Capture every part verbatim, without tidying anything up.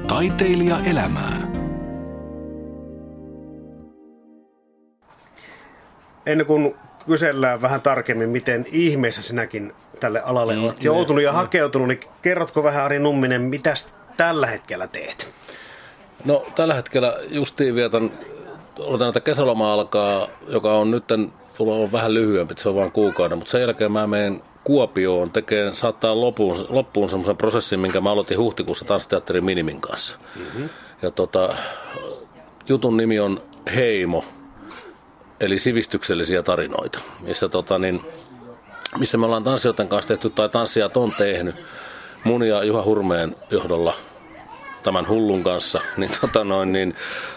Taiteilijaelämää. Ennen kuin kysellään vähän tarkemmin, miten ihmeessä sinäkin tälle alalle mm, olet joutunut ja mm. hakeutunut, niin kerrotko vähän, Ari Numminen, mitäs tällä hetkellä teet? No tällä hetkellä justiin vietän, odotan, että kesäloma alkaa, joka on nyt, mulla on vähän lyhyempi, se on vain kuukauden, mutta sen jälkeen mä menen Kuopioon tekee, saattaa loppuun, loppuun semmoisen prosessin, minkä mä aloitin huhtikuussa Tanssiteatterin Minimin kanssa. Mm-hmm. Ja tota, jutun nimi on Heimo, eli sivistyksellisiä tarinoita, missä, tota, niin, missä me ollaan tanssijoiden kanssa tehty, tai tanssijat on tehnyt, mun ja Juha Hurmeen johdolla tämän hullun kanssa, niin, tota noin, niin,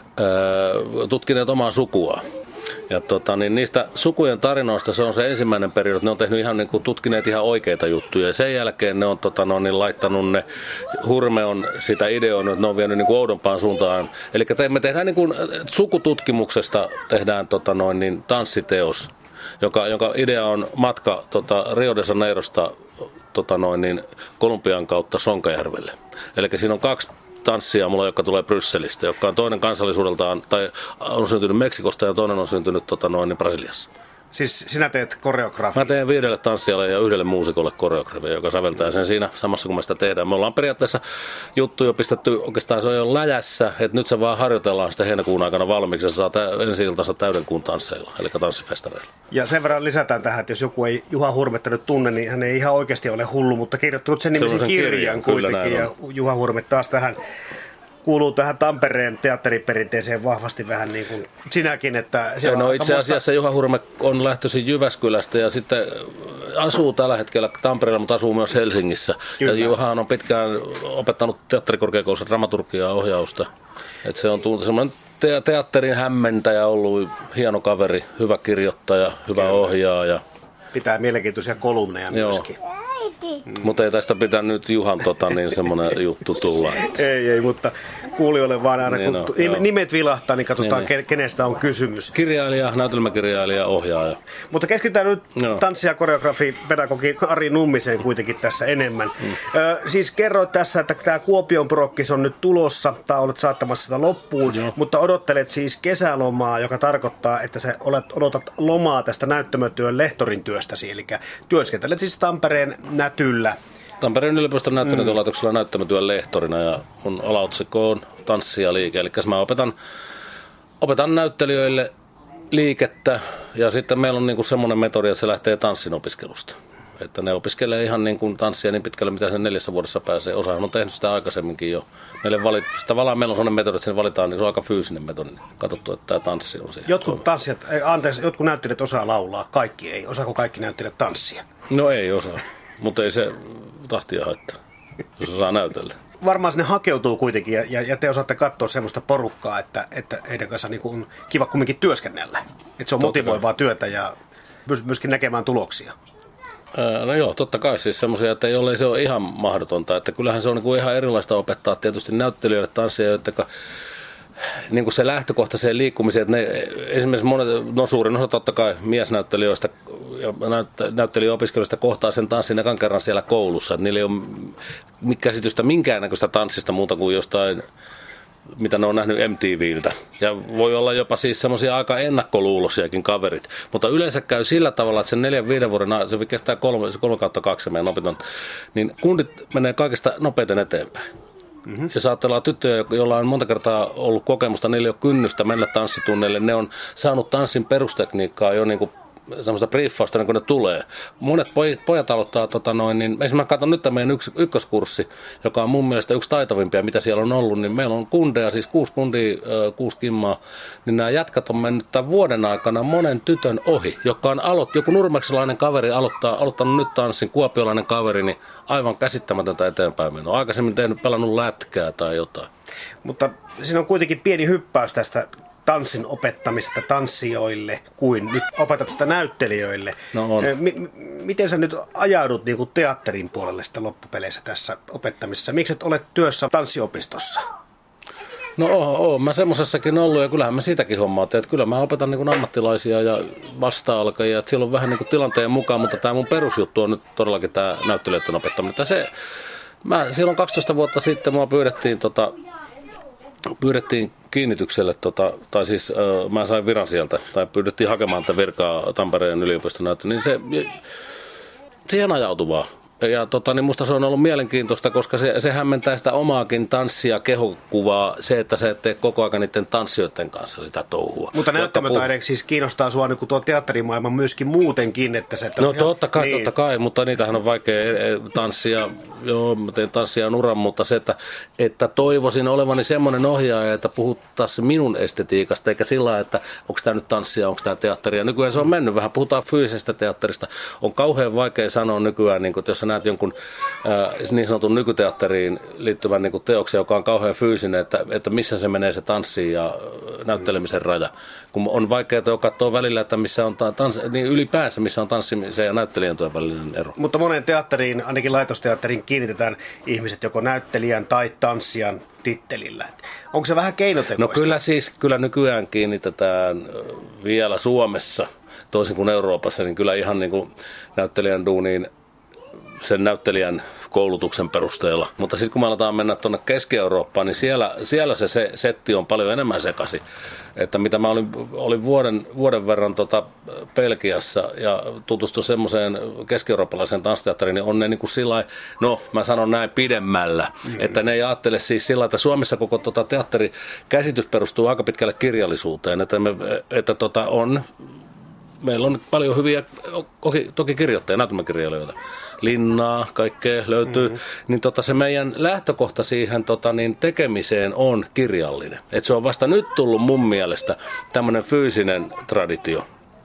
ää, tutkineet omaa sukua. Ja tota, niin niistä sukujen tarinoista se on se ensimmäinen periodi, ne on tehnyt ihan niin kuin tutkineet ihan oikeita juttuja. Ja sen jälkeen ne on tota, no, niin laittanut ne, Hurme on sitä ideoinut, että ne on vienyt niin kuin oudompaan suuntaan. Eli te, me tehdään niin kuin sukututkimuksesta tehdään tota, noin, niin tanssiteos, joka, jonka idea on matka tota, Rio de Janeirosta tota, noin, niin Kolumbian kautta Sonkajärvelle. Eli siinä on kaksi tanssia mulla, joka tulee Brysselistä, joka on toinen kansallisuudeltaan, tai on syntynyt Meksikosta ja toinen on syntynyt tota, noin, niin Brasiliassa. Siis sinä teet koreografiaa? Mä teen viidelle tanssijalle ja yhdelle muusikolle koreografia, joka säveltää sen siinä samassa, kun me sitä tehdään. Me ollaan periaatteessa juttu jo pistetty, oikeastaan se on jo läjässä, että nyt se vaan harjoitellaan sitä heinäkuun aikana valmiiksi, se saa tä- ensi iltansa täyden kuun tansseilla, eli tanssifestareilla. Ja sen verran lisätään tähän, että jos joku ei Juha Hurmetta nyt tunne, niin hän ei ihan oikeasti ole hullu, mutta kirjoittanut sen nimisen kirjan, kirjan kuitenkin, ja Juha Hurme taas tähän kuuluu tähän Tampereen teatteriperinteeseen vahvasti vähän niin kuin sinäkin, että siellä no itse asiassa Juha Hurme on lähtöisin Jyväskylästä ja sitten asuu tällä hetkellä Tampereella, mutta asuu myös Helsingissä. Kyllä. Ja Juha on pitkään opettanut teatterikorkeakoulussa dramaturgiaa ja ohjausta. Että se on tullut semmoinen te- teatterin hämmentäjä, ollut hieno kaveri, hyvä kirjoittaja, hyvä Kyllä. ohjaaja. Pitää mielenkiintoisia kolumneja myöskin. Mm. Mutta ei tästä pitää nyt Juhan tota, niin semmoinen juttu tulla. ei, ei, mutta kuulijoille vaan aina, niin kun no, nimet vilahtaa, niin katsotaan, niin, kenestä on kysymys. Kirjailija, näytelmäkirjailija, ohjaaja. Mutta keskitytään nyt no. tanssi- ja koreografi, pedagogi Ari Nummiseen kuitenkin tässä enemmän. Mm. Ö, siis kerroit tässä, että tämä Kuopion prokkis on nyt tulossa, tai olet saattamassa sitä loppuun, Joo. mutta odottelet siis kesälomaa, joka tarkoittaa, että sä olet, odotat lomaa tästä näyttämötyön lehtorin työstäsi, eli työskentelet siis Tampereen Nätyllä. Tampereen yliopiston näyttämötyölaitoksella mm. näyttämötyön lehtorina ja mun alaotsikko on tanssi ja liike. Eli mä opetan, opetan näyttelijöille liikettä ja sitten meillä on niinku semmoinen metodi, että se lähtee tanssin opiskelusta. Että ne opiskelee ihan niin kuin tanssia niin pitkälle, mitä sen neljässä vuodessa pääsee. Osahan on tehnyt sitä aikaisemminkin jo. Meille valit, tavallaan meillä on sellainen metodi, että sen valitaan, niin se on aika fyysinen metodi. Katsottu, että tämä tanssi on siihen. Jotkut tanssijat, anteeksi, jotkut näyttelijät osaa laulaa, kaikki ei. Osaako kaikki näyttelijät tanssia? No ei osaa, mutta ei se tahtia haittaa, jos osaa näytellä. Varmaan sinne hakeutuu kuitenkin ja, ja te osaatte katsoa semmoista porukkaa, että, että heidän kanssa niin kuin on kiva kumminkin työskennellä. Että se on motivoivaa työtä ja pystyt myöskin näkemään tuloksia. No joo, totta kai siis semmoisia, että jollei se ole ihan mahdotonta, että kyllähän se on niin kuin ihan erilaista opettaa tietysti näyttelijöille tanssia, jotka niin kuin se lähtökohtaiseen liikkumiseen, että ne esimerkiksi monet, no suurin osa totta kai miesnäyttelijöistä ja näyttelijäopiskelijoista kohtaa sen tanssin ekan kerran siellä koulussa, että niillä ei ole käsitystä minkäännäköistä tanssista muuta kuin jostain, mitä ne on nähnyt M T V:ltä. Ja voi olla jopa siis semmoisia aika ennakkoluuloisiakin kaverit. Mutta yleensä käy sillä tavalla, että sen neljän viiden vuoden, se kestää kolme, kolme kautta kaksi meidän opiton, niin kundit menee kaikista nopeiten eteenpäin. Mm-hmm. Jos ajatellaan tyttöjä, joilla on monta kertaa ollut kokemusta, niillä ei ole kynnystä mennä tanssitunneille, ne on saanut tanssin perustekniikkaa jo niin kuin semmoista briefausta, niin kun ne tulee. Monet pojat aloittaa, tota noin, niin esimerkiksi mä katson nyt meidän yks, ykköskurssi, joka on mun mielestä yksi taitavimpia, mitä siellä on ollut, niin meillä on kundeja, siis kuusi kundia, kuusi kimmaa, niin nämä jätkät on mennyt tämän vuoden aikana monen tytön ohi, joka on aloittanut, joku nurmeksilainen kaveri aloittaa, aloittanut nyt tanssin, kuopiolainen kaveri, niin aivan käsittämätöntä eteenpäin menoa. Aikaisemmin tehnyt, pelannut lätkää tai jotain. Mutta siinä on kuitenkin pieni hyppäys tästä tanssin opettamista tanssijoille kuin nyt opetat sitä näyttelijöille. No on. M- miten sä nyt ajaudut niin kuin teatterin puolelle sitä loppupeleissä tässä opettamisessa? Miksi et ole työssä tanssiopistossa? No oon, oon mä semmosessakin ollut ja kyllähän mä siitäkin hommaa teen. Kyllä mä opetan niin kuin ammattilaisia ja vasta-alkajia, että siellä on vähän niin kuin tilanteen mukaan, mutta tämä mun perusjuttu on nyt todellakin tämä näyttelijöiden opettaminen. Se, mä, silloin kaksitoista vuotta sitten mua pyydettiin tota, pyydettiin kiinnitykselle, tota, tai siis äh, mä sain viran sieltä, tai pyydettiin hakemaan tätä virkaa Tampereen yliopiston näyttö, niin se siihen ajautuvaa. Ja tota, niin musta se on ollut mielenkiintoista, koska se, se hämmentää sitä omaakin tanssia, kehokuvaa, se, että sä et tee koko ajan niiden tanssijoiden kanssa sitä touhua. Mutta näyttämötaideeksi siis kiinnostaa sua niin kuin tuo teatterimaailma myöskin muutenkin, että se... Että no totta kai, niin. totta kai, mutta niitähän on vaikea tanssia, joo, mä teen tanssia nuran, mutta se, että, että toivoisin olevani semmoinen ohjaaja, että puhuttaisiin minun estetiikasta, eikä sillä, että onko tämä nyt tanssia, onko tämä teatteria. Nykyään se on mennyt vähän, puhutaan fyysisestä teatterista. On kauhean vaikea sanoa nykyään, niin kuin, että jos näet jonkun äh, niin sanotun nykyteatteriin liittyvän niin kuin teoksen, joka on kauhean fyysinen, että, että missä se menee se tanssi ja näyttelemisen raja. Kun on vaikeaa jo katsoa välillä, että missä on tanssi, niin ylipäänsä missä on tanssimisen ja näyttelijän työn välinen ero. Mutta monen teatteriin, ainakin laitosteatteriin, kiinnitetään ihmiset joko näyttelijän tai tanssijan tittelillä. Onko se vähän keinotekoista? No kyllä siis, kyllä nykyään kiinnitetään vielä Suomessa, toisin kuin Euroopassa, niin kyllä ihan niin kuin näyttelijän duuniin sen näyttelijän koulutuksen perusteella. Mutta sitten kun me aletaan mennä tuonne Keski-Eurooppaan, niin siellä, siellä se, se setti on paljon enemmän sekaisin. Että mitä mä olin, olin vuoden, vuoden verran tota Belgiassa ja tutustuin semmoiseen keski-eurooppalaiseen tanssiteatteriin, niin on ne niin kuin sillä no mä sanon näin pidemmällä, mm-hmm. että ne ei ajattele siis sillä että Suomessa koko tota teatterikäsitys perustuu aika pitkälle kirjallisuuteen, että, me, että tota on... Meillä on paljon hyviä, toki kirjoittajia, näytelmäkirjailijoita, Linnaa, kaikkea löytyy, mm-hmm. niin tota se meidän lähtökohta siihen tota niin tekemiseen on kirjallinen. Et se on vasta nyt tullut mun mielestä tämmöinen fyysinen traditio.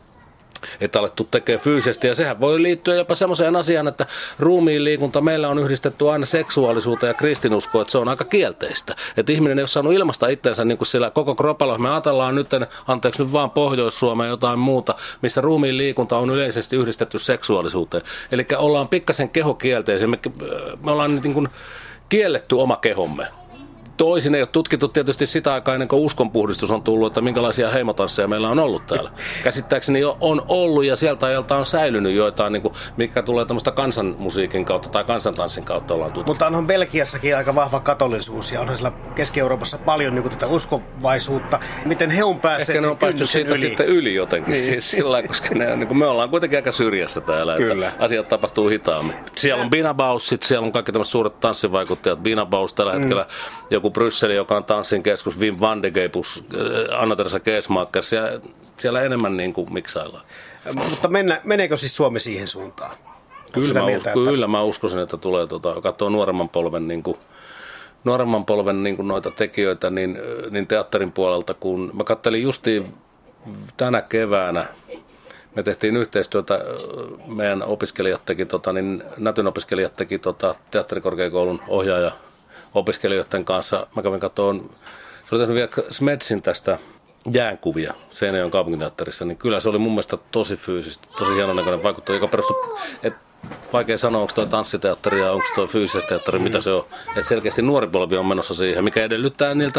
Että alettu tekee fyysisesti, ja sehän voi liittyä jopa semmoiseen asiaan, että ruumiin liikunta meillä on yhdistetty aina seksuaalisuuteen ja kristinuskoon, että se on aika kielteistä. Että ihminen ei ole saanut ilmaista itseensä niin kuin sillä koko kropalla. Me ajatellaan nyt, anteeksi nyt vaan Pohjois-Suomeen jotain muuta, missä ruumiin liikunta on yleisesti yhdistetty seksuaalisuuteen. Eli ollaan pikkasen kehokielteisiä, me, me ollaan niin kuin kielletty oma kehomme. Toisin ei ole tutkittu tietysti sitä aikaa ennen kuin uskonpuhdistus on tullut, että minkälaisia heimotansseja meillä on ollut täällä. Käsittääkseni on ollut ja sieltä ajalta on säilynyt joitain, niin kuin, mikä tulee tämmöistä kansanmusiikin kautta tai kansantanssin kautta ollaan tutkittu. Mutta onhan Belgiassakin aika vahva katolisuus ja onhan siellä Keski-Euroopassa paljon niin kuin tätä uskovaisuutta. Miten he on päässeet ehkä ne on päässyt siitä yli. Sitten yli jotenkin, niin. Siis sillä koska ne, niin kuin me ollaan kuitenkin aika syrjässä täällä, Kyllä. että asiat tapahtuu hitaammin. Siellä on Binabaussit, siellä on kaikki tämmöiset suuret tanssivaikuttajat. Binabaus tällä mm. hetkellä joku Brysseli, joka on tanssin keskus, Wim van de Geipus, Anna-Teresa Keesmaker, siellä, siellä enemmän niin kuin miksaillaan. Mutta mennä, meneekö siis Suomi siihen suuntaan? Kyllä mä, mieltä, usko, että... kyllä mä uskoisin, että tulee, tuota, katsoo nuoremman polven, niin kuin, nuoremman polven niin kuin noita tekijöitä niin, niin teatterin puolelta, kun mä kattelin justiin tänä keväänä, me tehtiin yhteistyötä, meidän opiskelijat teki, tota, niin Nätyn opiskelijat teki tota, teatterikorkeakoulun ohjaaja opiskelijoiden kanssa. Mä kävin katsomaan, se oli tehnyt vielä Smetsin tästä jäänkuvia Seinäjoen kaupunginteatterissa, niin kyllä se oli mun mielestä tosi fyysistä, tosi hienon näköinen vaikuttaja, joka perustui, että vaikea sanoa, onko toi tanssiteatteri ja onko toi fyysistä teatteri, mm. mitä se on. Että selkeästi nuori polvi on menossa siihen, mikä edellyttää niiltä,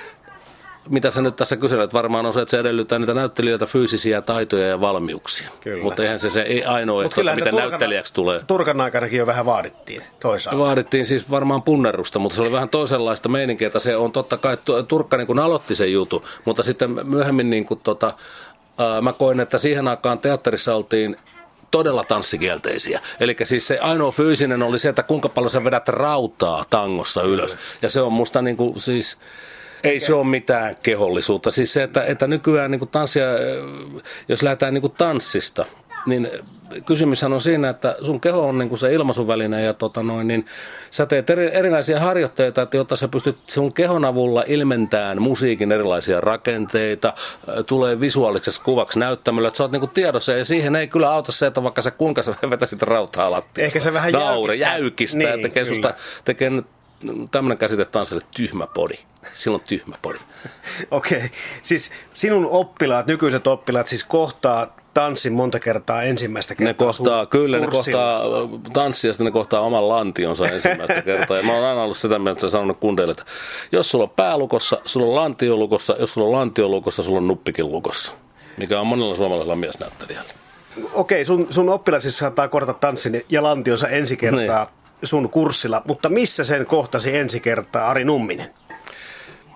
mitä sä nyt tässä kyselet, varmaan on se, että se edellyttää niitä näyttelijöiltä fyysisiä taitoja ja valmiuksia. Kyllä. Mutta eihän se, se ei ainoa, että miten turkan, näyttelijäksi tulee. Turkan aikanakin jo vähän vaadittiin toisaalta. Vaadittiin siis varmaan punnerusta, mutta se oli vähän toisenlaista meininkiä, että se on totta kai, Turkka niin kuin aloitti sen jutun, mutta sitten myöhemmin niin kuin tota, ää, mä koin, että siihen aikaan teatterissa oltiin todella tanssikielteisiä. Eli siis se ainoa fyysinen oli se, että kuinka paljon sä vedät rautaa tangossa ylös. Ja se on musta niin kuin siis... Ei se ole mitään kehollisuutta. Siis se, että, että nykyään niin kuin tanssia, jos lähdetään niin kuin tanssista, niin kysymyshän on siinä, että sun keho on niin kuin se ilmaisuväline ja tota noin, niin sä teet eri, erinäisiä harjoitteita, että jotta sä pystyt sun kehon avulla ilmentämään musiikin erilaisia rakenteita, tulee visuaaliseksi kuvaksi näyttämöllä, että sä oot niin kuin tiedossa ja siihen ei kyllä auta se, että vaikka sä kuinka sä vetäisit rautaa lattiasta. Ehkä se vähän Naure, jäykistää. jäykistää, niin, ja tekee susta, tekee nyt tämmöinen käsite tanssille tyhmä podi. Silloin tyhmä podi. Okei. Okay. Siis sinun oppilaat, nykyiset oppilaat siis kohtaa tanssin monta kertaa ensimmäistä kertaa. Ne kohtaa, kyllä, ne kohtaa tanssia ja sitten ne kohtaa oman lantionsa ensimmäistä kertaa. Ja mä oon aina ollut sitä mieltä, että sanonut kundeille, että jos sulla on pää lukossa, sulla on lantio lukossa, jos sulla on lantio lukossa, sulla on nuppikin lukossa. Mikä on monella suomalaisella miesnäyttelijällä. Okei, sun, sun oppilaat siis saattaa korjata tanssin ja lantionsa ensi kertaa niin. sun kurssilla, mutta missä sen kohtasi ensi kertaa Ari Numminen?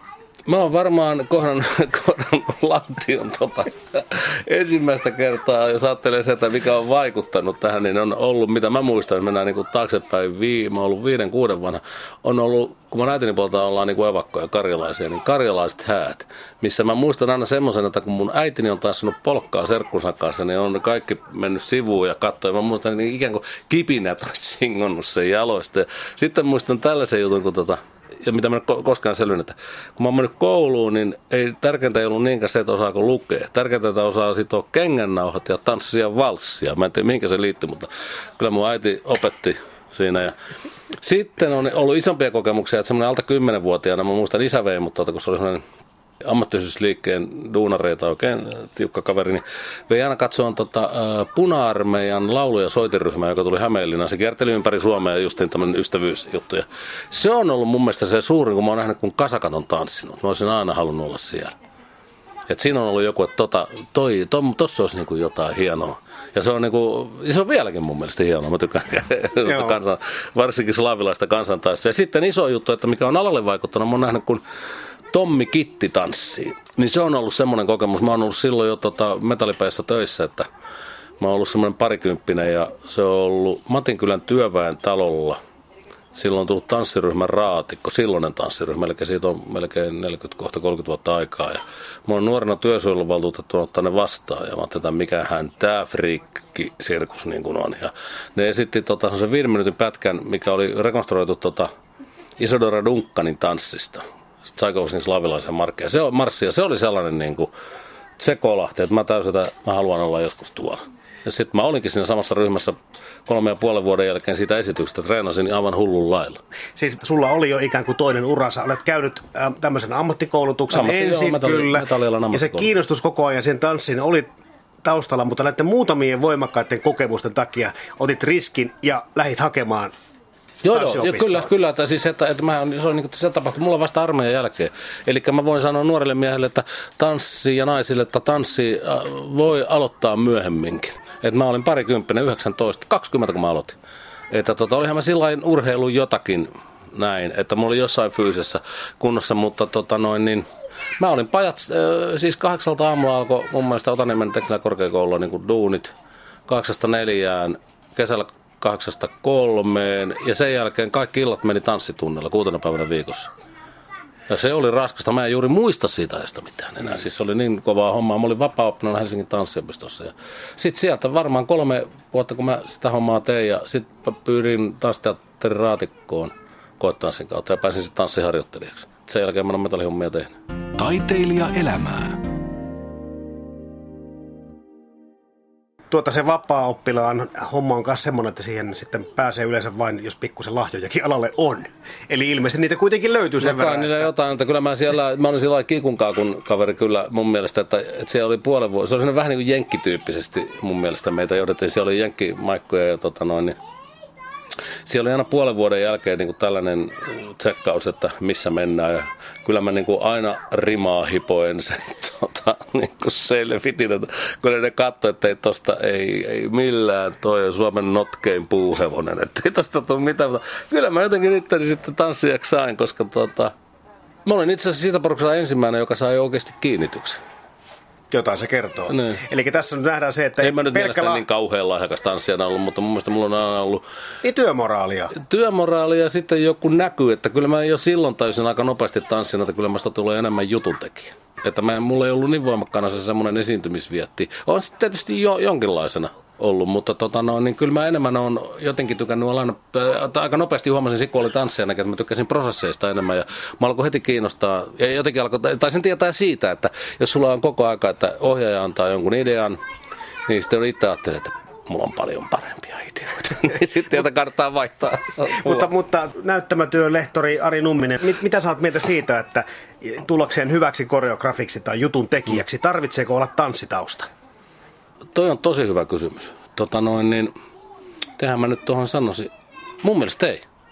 Mä oon varmaan kohdannut, kohdannut lantion tota, ensimmäistä kertaa, jos ajattelee sitä, mikä on vaikuttanut tähän, niin on ollut, mitä mä muistan, mennään niin kuin taaksepäin, vii, mä oon ollut viiden, kuuden vanha, on ollut, kun mä äitini puolta ollaan niin kuin evakkoja, karjalaisia, niin karjalaiset häät, missä mä muistan aina semmoisen, että kun mun äitini on tanssinut polkkaa serkkunsa kanssa, niin on kaikki mennyt sivuun ja katsoi, mä muistan niin ikään kuin kipinät on singonnut sen jaloista. Ja sitten muistan tällaisen jutun, kun tota, ja mitä mä en koskaan selvinnyt, että kun mä oon mennyt kouluun, niin ei, tärkeintä ei ollut niinkään se, että osaako lukea. Tärkeintä, että osaa sitoa kengännauhat ja tanssia valssia. Mä en tiedä, mihinkä se liittyy, mutta kyllä mun äiti opetti siinä. Ja sitten on ollut isompia kokemuksia, että semmoinen alta kymmenvuotiaana, mä muistan isä vei, mutta kun se oli semmoinen ammattiyhdistysliikkeen duunareita oikein tiukka kaveri, niin vei aina katsomaan tota, Puna-armeijan laulu- ja soitinryhmää, joka tuli Hämeenlinnaan. Se kierteli ympäri Suomea ja justiin tämmöinen ystävyysjuttu. Ja se on ollut mun mielestä se suurin, kun mä oon nähnyt, kun kasakat on tanssinut. Mä olisin aina halunnut olla siellä. Et siinä on ollut joku, että tota, toi, to, tossa olisi niinku jotain hienoa. Ja se on, niinku, se on vieläkin mun mielestä hienoa. Mä tykkään kansan, varsinkin slaavilaista kansantaista. Ja sitten iso juttu, että mikä on alalle vaikuttanut, mä oon nähnyt, kun Tommi Kitti tanssii. Niin se on ollut semmoinen kokemus. Mä oon ollut silloin jo tota metallipäissä töissä, että mä oon ollut semmoinen parikymppinen ja se on ollut Matinkylän työväen talolla. Silloin on tullut tanssiryhmän Raatikko, silloinen tanssiryhmä, eli siitä on melkein neljäkymmentä, kohta kolmekymmentä vuotta aikaa. Ja mä oon nuorena työsuojeluvaltuutettu ottaa ne vastaan ja mä ajattelin, että mikähän tää friikki-sirkus niin kuin on. Ja ne esitti tota, sen viiden minuutin pätkän, mikä oli rekonstruoitu tota Isadora Duncanin tanssista. Tsaikovskin slavilaisen markkia. Se on marssi ja se oli sellainen niin kuin, se kolahti, että mä täysin, että mä haluan olla joskus tuolla. Ja sitten mä olinkin siinä samassa ryhmässä kolme ja puolen vuoden jälkeen siitä esityksestä, treenasin aivan hullun lailla. Siis sulla oli jo ikään kuin toinen uransa. Olet käynyt äh, tämmöisen ammattikoulutuksen Ammatti, ensin, joo, metalli, kyllä. Ja se koulutus. kiinnostus koko ajan sen tanssiin oli taustalla, mutta näiden muutamien voimakkaiden kokemusten takia otit riskin ja lähit hakemaan. Joo, joo, kyllä, kyllä, että, siis, että, että mä, se, on, niin kuin, se tapahtui mulla vasta armeijan jälkeen. Eli mä voin sanoa nuorille miehille, että tanssi ja naisille, että tanssi voi aloittaa myöhemminkin. Että mä olin parikymppinen, yhdeksäntoista, kaksikymmentä kun mä aloitin. Että tota, olihan mä sillain urheilu jotakin näin, että mulla oli jossain fyysisessä kunnossa, mutta tota noin niin, mä olin pajat, siis kahdeksalta aamulla alkoi mun mielestä Otaniemen teknillä korkeakoululla niin kuin duunit, kahdeksasta neljään, kesällä kahdeksasta kolmeen ja sen jälkeen kaikki illat meni tanssitunnilla kuutena päivänä viikossa. Ja se oli raskasta. Mä en juuri muista siitä edes mitään enää. Siis se oli niin kovaa hommaa. Mä olin vapaa-oppinana Helsingin tanssiopistossa. Ja sitten sieltä varmaan kolme vuotta, kun mä sitä hommaa tein ja sitten pyydin tanssiteatterin Raatikkoon koetanssin kautta ja pääsin sitten tanssiharjoittelijaksi. Sen jälkeen mä oon metallihommia tehnyt. Taiteilija elämää. Tuota se vapaa-oppilaan homma on myös semmoinen, että siihen sitten pääsee yleensä vain, jos pikkusen lahjojakin alalle on. Eli ilmeisesti niitä kuitenkin löytyy sen no, verran. Niillä että... jotain, että kyllä mä siellä, mä olin sillä kikunkaakun kaveri kyllä mun mielestä, että, että siellä oli puolen vuosi, se oli vähän niin kuin jenkkityyppisesti mun mielestä meitä johdettiin, siellä oli jenkkimaikkoja ja tota noin, niin siellä oli aina puolen vuoden jälkeen niin kuin tällainen tsekkaus, että missä mennään. Ja kyllä mä niin kuin aina rimaa hipoen sen tota, niin kuin selvitin, että kun ne katsoi, että ei tosta ei, ei millään toi Suomen notkein puuhevonen. Että ei tosta tule mitään. Mutta kyllä mä jotenkin itteni sitten tanssijaksi sain, koska tota, mä olin itse asiassa siitä porukasta ensimmäinen, joka sai oikeasti kiinnityksen. Jotain se kertoo. Niin. Eli tässä nyt nähdään se, että... Ei mä nyt mielestäni la... niin kauhean lahjakas tanssijana ollut, mutta mun mielestä mulla on aina ollut... Niin työmoraalia. Työmoraalia ja sitten joku näkyy, että kyllä mä jo silloin täysin aika nopeasti tanssina, että kyllä mä sitä tulee enemmän jutuntekijä. Että mä, mulla ei ollut niin voimakkaana se semmoinen esiintymisvietti. On sitten tietysti jo, jonkinlaisena ollut, mutta tota no, niin kyllä mä enemmän on jotenkin tykännyt olla aina, aika nopeasti huomasin, kun oli tanssijana, että mä tykkäsin prosesseista enemmän ja mä alkoin heti kiinnostaa, ja jotenkin alkoi, tai sen tietää siitä, että jos sulla on koko aika, että ohjaaja antaa jonkun idean, niin sitten itse ajattelin, että mulla on paljon parempia ideoita, niin sitten jotain kannattaa vaihtaa. mutta, mutta näyttämätyön lehtori Ari Numminen, mit, mitä sä oot mieltä siitä, että tullakseen hyväksi koreografiksi tai jutun tekijäksi, tarvitseeko olla tanssitausta? Toi on tosi hyvä kysymys. Tota noin, niin, tehän mä nyt tuohon sanoisin. Mun mielestä ei.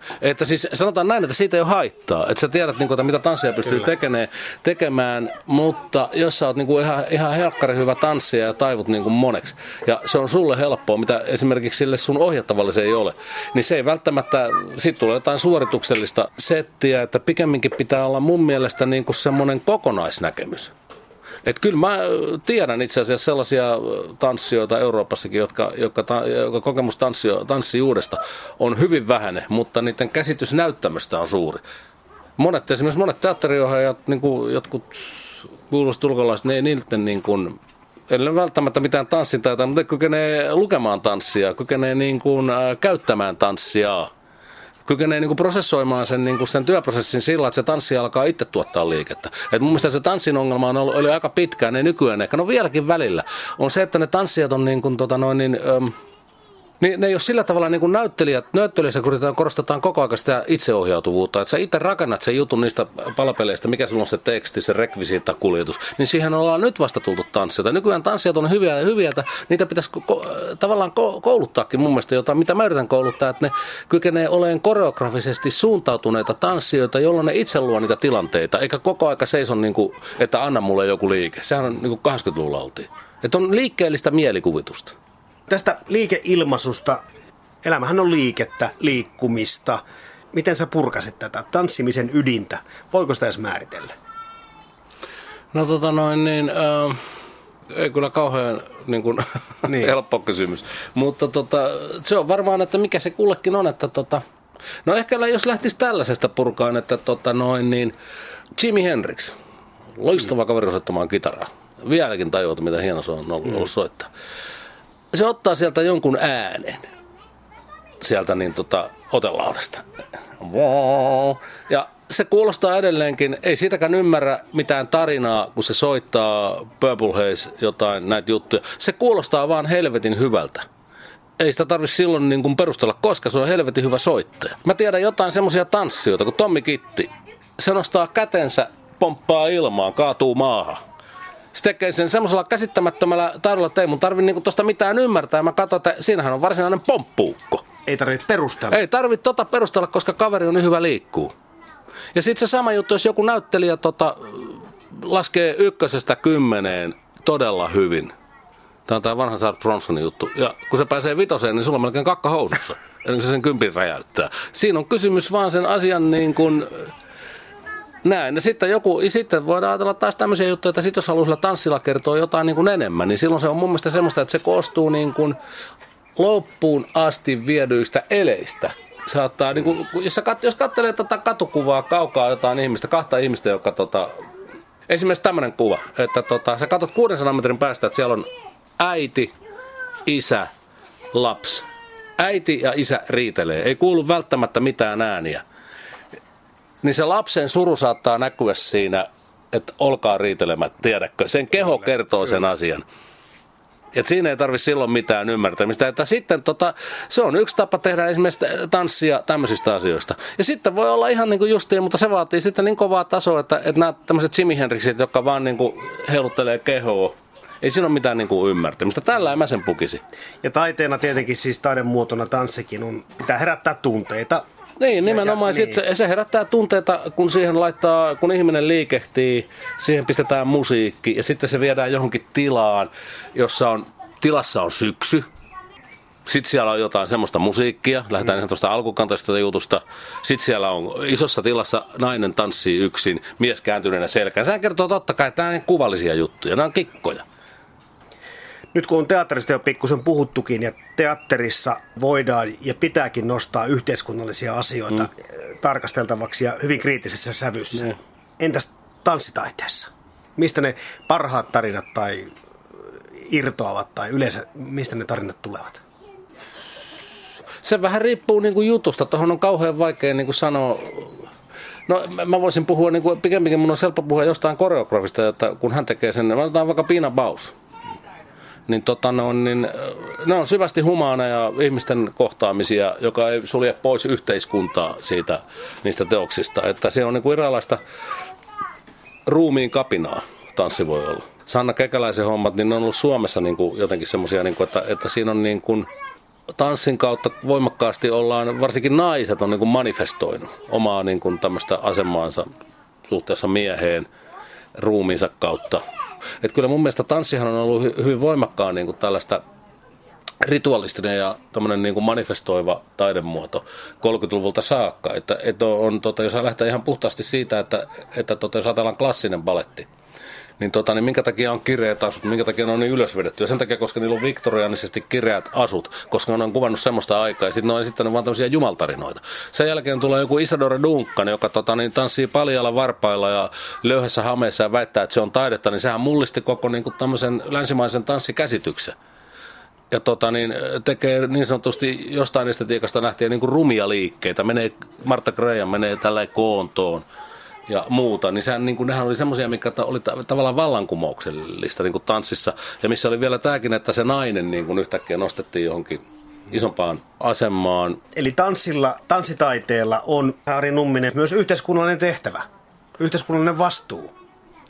Että siis sanotaan näin, että siitä ei ole haittaa. Että sä tiedät, niin kuin, mitä tanssia pystyy tekemään, tekemään, mutta jos sä oot niin kuin ihan, ihan helkkari hyvä tanssija ja taivut niin kuin moneksi, ja se on sulle helppoa, mitä esimerkiksi sille sun ohjattavalle se ei ole, niin se ei välttämättä, sit tulee jotain suorituksellista settiä, että pikemminkin pitää olla mun mielestä niin kuin semmoinen kokonaisnäkemys. Että kyllä mä tiedän itse asiassa sellaisia tanssijoita Euroopassakin, jotka, jotka, jotka kokemus tanssijuudesta on hyvin vähäinen, mutta niiden käsitys näyttämöstä on suuri. Monet, esimerkiksi monet teatteriohjaajat, niin kuin jotkut kuuluiset ulkolaiset, ne ei niiden niin kuin, ei ole välttämättä mitään tanssintaita, mutta kykenee lukemaan tanssia, kykenee niin kuin, äh, käyttämään tanssia. Kykenee niin kuin prosessoimaan sen, niin kuin sen työprosessin sillä, että se tanssi alkaa itse tuottaa liikettä. Et mun mielestä se tanssin ongelma on ollut, oli aika pitkään, ne nykyään ehkä, no vieläkin välillä, on se, että ne tanssijat on niin kuin, tota noin, niin, öm, niin ne ei ole sillä tavalla niin kuin näyttelijät, näyttelijässä korostetaan koko ajan sitä itseohjautuvuutta, että sä itse rakennat sen jutun niistä palapeleistä, mikä sulla on se teksti, se rekvisiittakuljetus, niin siihen ollaan nyt vasta tultu tanssijata. Nykyään tanssijat on hyviä ja hyviä, että niitä pitäisi ko- tavallaan ko- kouluttaakin mun mielestä, jota, mitä mä yritän kouluttaa, että ne kykenee olemaan koreografisesti suuntautuneita tanssijoita, jolloin ne itse luo niitä tilanteita, eikä koko aika seison niin kuin, että anna mulle joku liike. Sehän on niin kuin kahdeksankymmentäluvulla oltiin. Että on liikkeellistä mielikuvitusta. Tästä liikeilmaisusta, elämähän on liikettä, liikkumista. Miten sä purkasit tätä tanssimisen ydintä? Voiko sitä edes määritellä? No tota noin niin, äh, ei kyllä kauhean niin kuin, niin. helppo kysymys. Mutta tota, se on varmaan, että mikä se kullekin on, että tota, no ehkä jos lähtisi tällaisesta purkaan, että tota noin niin, Jimi Hendrix, loistava kaveri soittamaan kitaraa. Vieläkin tajuuta, mitä hieno se on ollut, mm. ollut soittaa. Se ottaa sieltä jonkun äänen sieltä niin tota otelaudasta. Ja se kuulostaa edelleenkin, ei siitäkään ymmärrä mitään tarinaa, kun se soittaa Purple Haze jotain näitä juttuja. Se kuulostaa vaan helvetin hyvältä. Ei sitä tarvitse silloin niin kuin perustella, koska se on helvetin hyvä soittaja. Mä tiedän jotain semmoisia tanssijoita, kun Tommi Kitti. Se nostaa kätensä, pomppaa ilmaan, kaatuu maahan. Se tekee sen semmoisella käsittämättömällä taidolla, että ei mun tarvitse niinku tosta mitään ymmärtää. Mä katson, että siinähän on varsinainen pomppuukko. Ei tarvitse perustella. Ei tarvitse tota perustella, koska kaveri on niin hyvä liikkuu. Ja sitten se sama juttu, jos joku näyttelijä tota, laskee ykkösestä kymmeneen todella hyvin. Tämä on tämä vanha Charles Bronsonin juttu. Ja kun se pääsee vitoseen, niin sulla on melkein kakka housussa. Ennen kuin se sen kympin räjäyttää. Siinä on kysymys vaan sen asian niin kuin... Näin. Ja sitten, joku, ja sitten voidaan ajatella taas tämmöisiä juttuja, että sit jos haluaa sillä tanssilla kertoa jotain niin kuin enemmän, niin silloin se on mun mielestä semmoista, että se koostuu niin kuin loppuun asti viedyistä eleistä. Saattaa, niin kuin, jos, kat, jos katselee tota katukuvaa kaukaa jotain ihmistä, kahta ihmistä, jotka tota, esimerkiksi tämmöinen kuva, että tota, sä katsot kuudensadan metrin päästä, että siellä on äiti, isä, lapsi. Äiti ja isä riitelee. Ei kuulu välttämättä mitään ääniä. Niin se lapsen suru saattaa näkyä siinä, että olkaa riitelemät, tiedätkö. Sen keho kertoo sen asian. Et siinä ei tarvitse silloin mitään ymmärtämistä. Että sitten tota, se on yksi tapa tehdä esimerkiksi tanssia tämmöisistä asioista. Ja sitten voi olla ihan niin kuin justiin, mutta se vaatii sitten niin kovaa tasoa, että, että nämä tämmöiset Jimi Hendrixit, jotka vaan niin kuin heiluttelee kehoa, ei siinä ole mitään niin kuin ymmärtämistä. Tällä mä sen pukisi. Ja taiteena tietenkin siis taidemuotona tanssikin on, pitää herättää tunteita. Niin, nimenomaan. Ja, ja, niin. Se, se herättää tunteita, kun siihen laittaa, kun ihminen liikehtii, siihen pistetään musiikki ja sitten se viedään johonkin tilaan, jossa on, tilassa on syksy. Sitten siellä on jotain semmoista musiikkia, lähdetään mm. ihan tuosta alkukantaisesta jutusta. Sitten siellä on isossa tilassa nainen tanssii yksin, mies kääntyneenä selkään. Sehän kertoo totta kai, että nämä on kuvallisia juttuja, nämä on kikkoja. Nyt kun on teatterista jo pikkusen puhuttukin ja teatterissa voidaan ja pitääkin nostaa yhteiskunnallisia asioita mm. tarkasteltavaksi ja hyvin kriittisessä sävyssä. Mm. Entäs tanssitaiteessa? Mistä ne parhaat tarinat tai irtoavat tai yleensä mistä ne tarinat tulevat? Se vähän riippuu niin kuin jutusta. Tuohon on kauhean vaikea niin kuin sanoa. No mä voisin puhua, niin kuin, pikemminkin mun on helppo puhua jostain koreografista, että kun hän tekee sen, mä otetaan vaikka Pina Bausch. Niin, tota, ne, on, niin, ne on syvästi humaaneja ihmisten kohtaamisia, joka ei sulje pois yhteiskuntaa siitä, niistä teoksista. Että se on niin kuin eräänlaista ruumiin kapinaa, tanssi voi olla. Sanna Kekäläisen hommat, niin ne on ollut Suomessa niin kuin jotenkin semmoisia, niin kuin, että, että siinä on niin kuin, tanssin kautta voimakkaasti ollaan, varsinkin naiset on niin kuin manifestoinut omaa niin kuin tämmöistä asemaansa suhteessa mieheen ruumiinsa kautta. Et kyllä mun mielestä tanssihan on ollut hy- hyvin voimakkaan niin kuin tällaista ritualistinen ja tämmöinen niin kuin manifestoiva taidemuoto kolmekymmentäluvulta saakka. Että, että on, tota, jos lähtee ihan puhtaasti siitä, että, että tota, jos ajatellaan klassinen baletti, niin, tota, niin minkä takia on kireät asut, minkä takia ne on niin ylösvedetty. Ja sen takia, koska niillä on viktoriaanisesti kireät asut, koska ne on kuvannut semmoista aikaa. Ja sitten ne on esittänyt vaan tämmöisiä jumaltarinoita. Sen jälkeen tulee joku Isadora Duncan, joka tota, niin, tanssii paljailla varpailla ja löyhässä hameessa ja väittää, että se on taidetta. Niin sehän mullisti koko niin kuin tämmöisen länsimaisen tanssikäsityksen. Ja tota, niin, tekee niin sanotusti jostain estetiikasta lähtien niin kuin rumia liikkeitä. Menee, Martha Graham menee tälleen koontoon ja muuta, niin, sehän, niin kuin, nehän oli semmoisia, mikä oli tavallaan vallankumouksellista niin kuin tanssissa. Ja missä oli vielä tämäkin, että se nainen niin kuin yhtäkkiä nostettiin johonkin isompaan asemaan. Eli tanssilla, tanssitaiteella on, Ari Numminen, myös yhteiskunnallinen tehtävä, yhteiskunnallinen vastuu.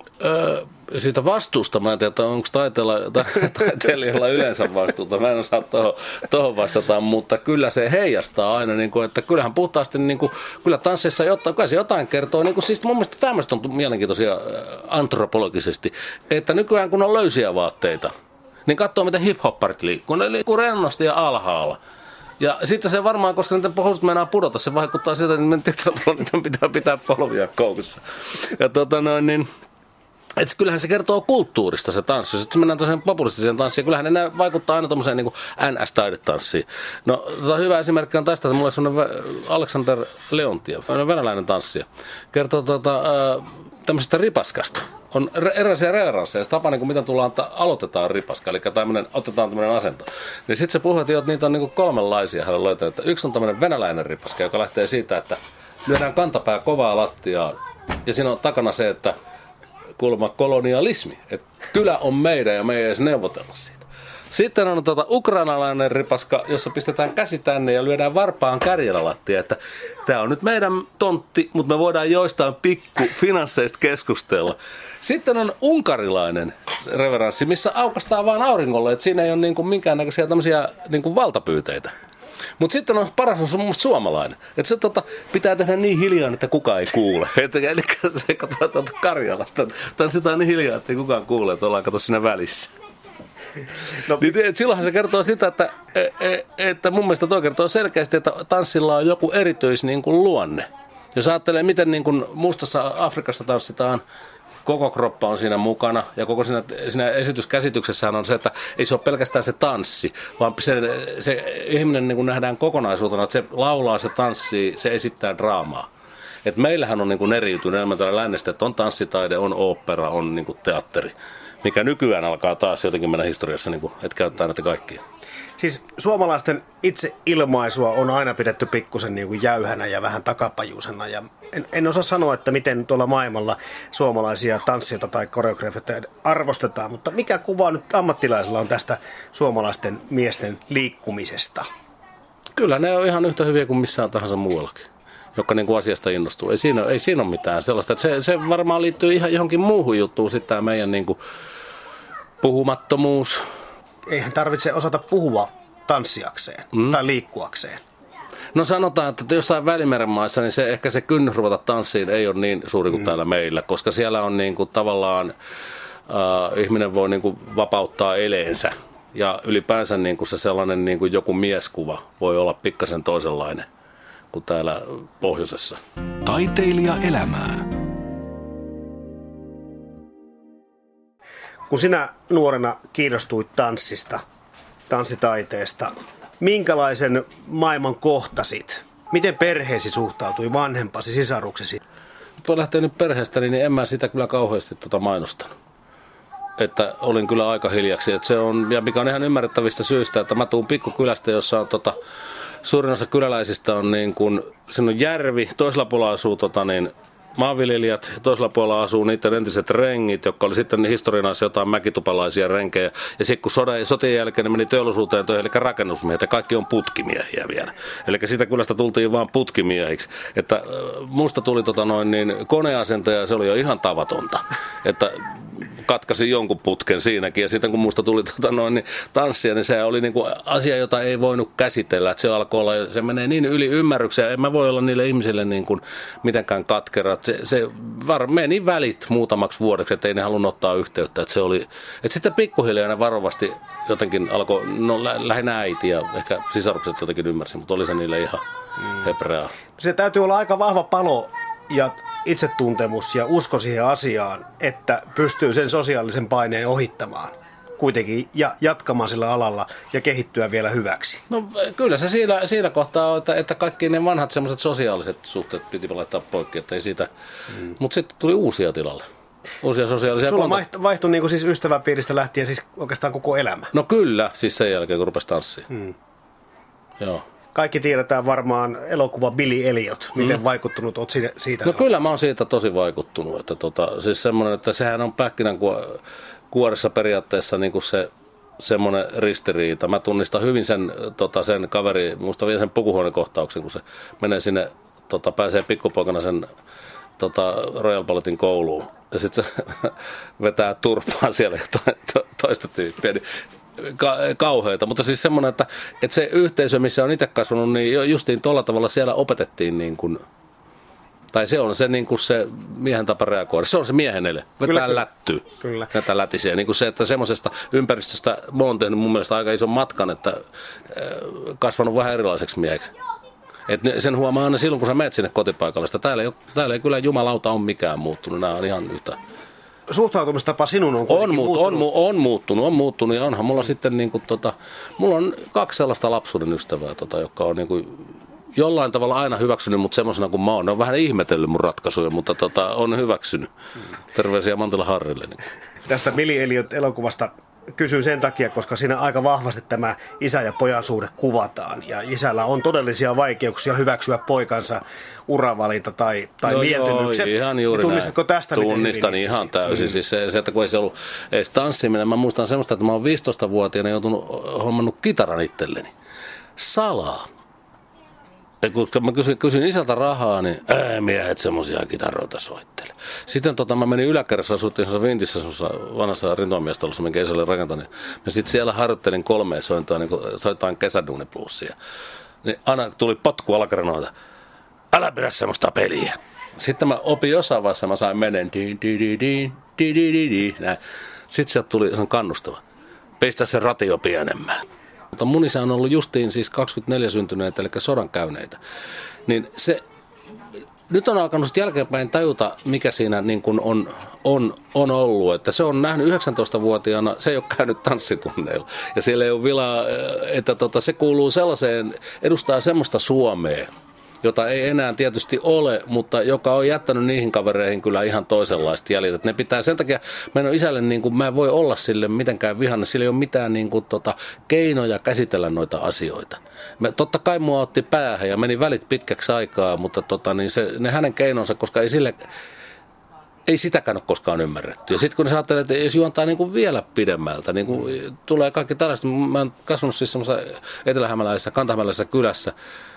Öö, siitä vastuusta mä en tiedä, onko taiteilijalla yleensä vastuuta. Mä en osaa tohon, tohon vastata, mutta kyllä se heijastaa aina, niin kuin, että kyllähän puhtaasti, niin kuin, kyllä tansseissa jotain, kyllä se jotain kertoo. Niin kuin, siis mun mielestä tämmöistä on mielenkiintoisia antropologisesti, että nykyään kun on löysiä vaatteita, niin katsoo miten hip-hopparit liikkuu. Ne liikkuu rennosti ja alhaalla. Ja sitten se varmaan, koska niiden housut meinaa pudota, se vaikuttaa siltä, että niiden pitää pitää polvia koukussa. Ja tota noin, niin että kyllähän se kertoo kulttuurista se tanssi. Sitten mennään tosiaan populistiseen tanssiin. Kyllähän ne vaikuttaa aina tuommoiseen niin kuin N S-taidetanssiin. No tota, hyvä esimerkki on tästä, että mulla on semmoinen Alexander Leontiev, venäläinen tanssija. Kertoo tota, äh, tämmöisestä ripaskasta. On erilaisia reveransseja. Se tapa, niin kuin miten tullaan, aloitetaan ripaska, eli tämmönen, otetaan tämmöinen asento. Niin sitten se puhuu, että niitä on niin kuin kolmenlaisia. Hän löytää, että yksi on tämmöinen venäläinen ripaska, joka lähtee siitä, että lyödään kantapää kovaa lattiaa. Ja siinä on takana se, että kuulemma kolonialismi, että kylä on meidän ja me ei edes neuvotella siitä. Sitten on tuota ukrainalainen ripaska, jossa pistetään käsi tänne ja lyödään varpaan kärjellä lattia, että tämä on nyt meidän tontti, mutta me voidaan joistain pikku finansseista keskustella. Sitten on unkarilainen reveranssi, missä aukastaa vaan auringolle, että siinä ei ole niin kuin minkäännäköisiä tämmöisiä niin kuin valtapyyteitä. Mutta sitten on paras on mun suomalainen. Että se tota, pitää tehdä niin hiljaa, että kukaan ei kuule. Et, eli se katsotaan tuolta Karjalasta. Tanssitaan niin hiljaa, että ei kukaan kuule, että ollaan kato siinä välissä. No. Niin, et silloinhan se kertoo sitä, että, et, että mun mielestä toi kertoo selkeästi, että tanssilla on joku erityis niin kuin luonne. Jos ajattelee, miten niin kuin mustassa Afrikassa tanssitaan, koko kroppa on siinä mukana ja koko siinä, siinä esityskäsityksessähän on se, että ei se ole pelkästään se tanssi, vaan se, se ihminen niin kuin nähdään kokonaisuutena, että se laulaa, se tanssii, se esittää draamaa. Et meillähän on niin kuin eriytynyt enemmän täällä lännestä, että on tanssitaide, on ooppera, on niin kuin teatteri, mikä nykyään alkaa taas jotenkin mennä historiassa, niin kuin, että käyttää näitä kaikkia. Siis suomalaisten itseilmaisua on aina pidetty pikkusen niin kuin jäyhänä ja vähän takapajuisena. Ja en, en osaa sanoa, että miten tuolla maailmalla suomalaisia tanssijoita tai koreografioita arvostetaan, mutta mikä kuva nyt ammattilaisilla on tästä suomalaisten miesten liikkumisesta? Kyllä ne on ihan yhtä hyviä kuin missään tahansa muuallakin, joka niin kuin asiasta innostuu. Ei siinä, ei siinä ole mitään sellaista. Että se, se varmaan liittyy ihan johonkin muuhun juttuun sitten tämä meidän niin kuin puhumattomuus. Eihän tarvitse osata puhua tanssiakseen mm. tai liikkuakseen. No sanotaan, että jossain Välimeren maissa niin se, ehkä se kynnys ruveta tanssiin ei ole niin suuri kuin mm. täällä meillä, koska siellä on niin kuin tavallaan äh, ihminen voi niin kuin vapauttaa eleensä ja ylipäänsä niin kuin se sellainen niin kuin joku mieskuva voi olla pikkasen toisenlainen kuin täällä pohjoisessa. Taiteilija elämää. Kun sinä nuorena kiinnostuit tanssista, tanssitaiteesta, minkälaisen maailman kohtasit? Miten perheesi suhtautui, vanhempasi, sisaruksesi? Kun lähtee nyt perheestä, niin en mä sitä kyllä kauheasti tota mainostanut. Että olin kyllä aika hiljaksi. Että se on, ja mikä on ihan ymmärrettävistä syistä, että mä tuun pikkukylästä, jossa on tota, suurin osa kyläläisistä on niin kuin, siinä on järvi, toisella puolella asuu tota niin, maanviljelijät ja toisella puolella asuu niiden entiset rengit, jotka oli sitten historiassa jotain mäkitupalaisia renkejä. Ja sitten kun sodan, sotien jälkeen ne meni teollisuuteen töihin, eli rakennusmiehet, ja kaikki on putkimiehiä vielä. Eli siitä kylästä tultiin vaan putkimiehiksi. Että musta tuli tota noin niin koneasentaja, ja se oli jo ihan tavatonta. Että katkasin jonkun putken siinäkin. Ja sitten kun musta tuli tota noin, niin tanssia, niin se oli niinku asia, jota ei voinut käsitellä. Että se alkoi olla, se menee niin yli ymmärryksiä. En mä voi olla niille ihmisille niin kuin mitenkään katkera. Se, se var, meni välit muutamaksi vuodeksi, että ei ne halunnut ottaa yhteyttä. Että se oli, että sitten pikkuhiljaa ne varovasti jotenkin alkoi, no lä, lähinnä äiti ja ehkä sisarukset jotenkin ymmärsi, mutta oli se niille ihan mm. hebreaa. Se täytyy olla aika vahva palo ja itsetuntemus ja usko siihen asiaan, että pystyy sen sosiaalisen paineen ohittamaan kuitenkin ja jatkamaan sillä alalla ja kehittyä vielä hyväksi. No kyllä se siinä, siinä kohtaa on, että, että kaikki ne vanhat semmoiset sosiaaliset suhteet piti laittaa poikki, että ei siitä, mm. mutta sitten tuli uusia tilalle. Uusia sosiaalisia Sulla kontakteja. vaihtui niin kuin siis ystäväpiiristä lähtien siis oikeastaan koko elämä. No kyllä, siis sen jälkeen kun rupesi tanssiin. Mm. Joo. Kaikki tiedetään varmaan elokuva Billy Elliot. Miten mm. vaikuttunut olet siitä? No elokuvasta? Kyllä mä oon siitä tosi vaikuttunut. Että tota, siis semmoinen, että sehän on pähkinänkuoressa periaatteessa niin kuin se semmoinen ristiriita. Mä tunnistan hyvin sen, tota, sen kaveri, musta vielä sen pukuhuonekohtauksen, kun se menee sinne, tota, pääsee pikkupoikana sen tota, Royal Balletin kouluun. Ja sitten se vetää turpaan siellä to, to, toista tyyppiä. Niin Ka- kauheita, mutta siis semmoinen, että, että se yhteisö, missä on itse kasvanut, niin justiin tuolla tavalla siellä opetettiin niin kuin, tai se on se, niin kuin se miehen tapa reagoida. Se on se miehen ele. Vetää lättyä. Kyllä. Näitä lätisiä. Niin kuin se, että semmoisesta ympäristöstä mä oon tehnyt mun mielestä aika ison matkan, että kasvanut vähän erilaiseksi mieheksi. Et sen huomaa aina silloin, kun sä menet sinne kotipaikalle. Sitä täällä ei, ole, täällä ei kyllä jumalauta ole mikään muuttunut. Nämä on ihan yhtä. Suhtautumistapa sinun on kuitenkin on, muuttunut. On, on muuttunut, on muuttunut ja onhan mulla sitten niin kuin, tota, mulla on kaksi sellaista lapsuuden ystävää, tota, jotka on niin kuin jollain tavalla aina hyväksynyt mut semmoisena kuin mä oon. Ne on vähän ihmetellyt mun ratkaisuja, mutta tota, on hyväksynyt. Terveisiä Mantila Harrille. Niin. Tästä Billy Elliot-elokuvasta kysyn sen takia, koska siinä aika vahvasti tämä isä ja pojan suhde kuvataan. Ja isällä on todellisia vaikeuksia hyväksyä poikansa uravalinta tai, tai no mieltymykset. Joo, ihan juuri tunnistatko näin. Tästä? Tunnistan ihan täysin. Mm. Siis se, se, että kun ei se ollut edes tanssiminen. Mä muistan semmoista, että mä oon viisitoistavuotiaana joutunut hommannut kitaran itselleni. Salaa. Ja kun mä kysyin, kysyin isältä rahaa, niin ää, miehet semmoisia kitaroita soittele. Sitten tota, mä menin yläkerrassa, asuttiin semmoisessa Vintissä, semmoisessa vanhassa rintamamiestalossa, minkä isä oli rakentanut. Mä sitten siellä harjoittelin kolmea sointoa, niin kuin soitaan kesäduunipluusia. Niin aina tuli potku alakerranoita. Älä pidä semmoista peliä. Sitten mä opin jossain vaiheessa, mä sain menen. Sitten sieltä tuli kannustava. Pistä se ratio pienemmälle. Mutta mun isä on ollut justiin siis kaksikymmentäneljä syntyneitä, eli sodan käyneitä. Niin se, nyt on alkanut jälkeenpäin tajuta, mikä siinä niin kuin on, on, on ollut. Että se on nähnyt yhdeksäntoistavuotiaana, se ei ole käynyt tanssitunneilla. Ja siellä ei ole vilaa, että tota, se kuuluu sellaiseen, edustaa semmoista Suomea, jota ei enää tietysti ole, mutta joka on jättänyt niihin kavereihin kyllä ihan toisenlaista jäljet. Ne pitää sen takia, meidän isälle, niin kuin, mä en voi olla sille mitenkään vihanne, sillä ei ole mitään niin kuin, tota, keinoja käsitellä noita asioita. Me, totta kai mua otti päähän ja meni välit pitkäksi aikaa, mutta tota, niin se, ne hänen keinonsa, koska ei sille... Ei sitäkään ole koskaan ymmärretty. Ja sitten kun ne ajattelee, että jos juontaa niin kuin vielä pidemmältä, niin kuin tulee kaikki tällaista. Mä oon kasvanut siis semmoisessa etelähämäläisessä, kantahämäläisessä kylässä.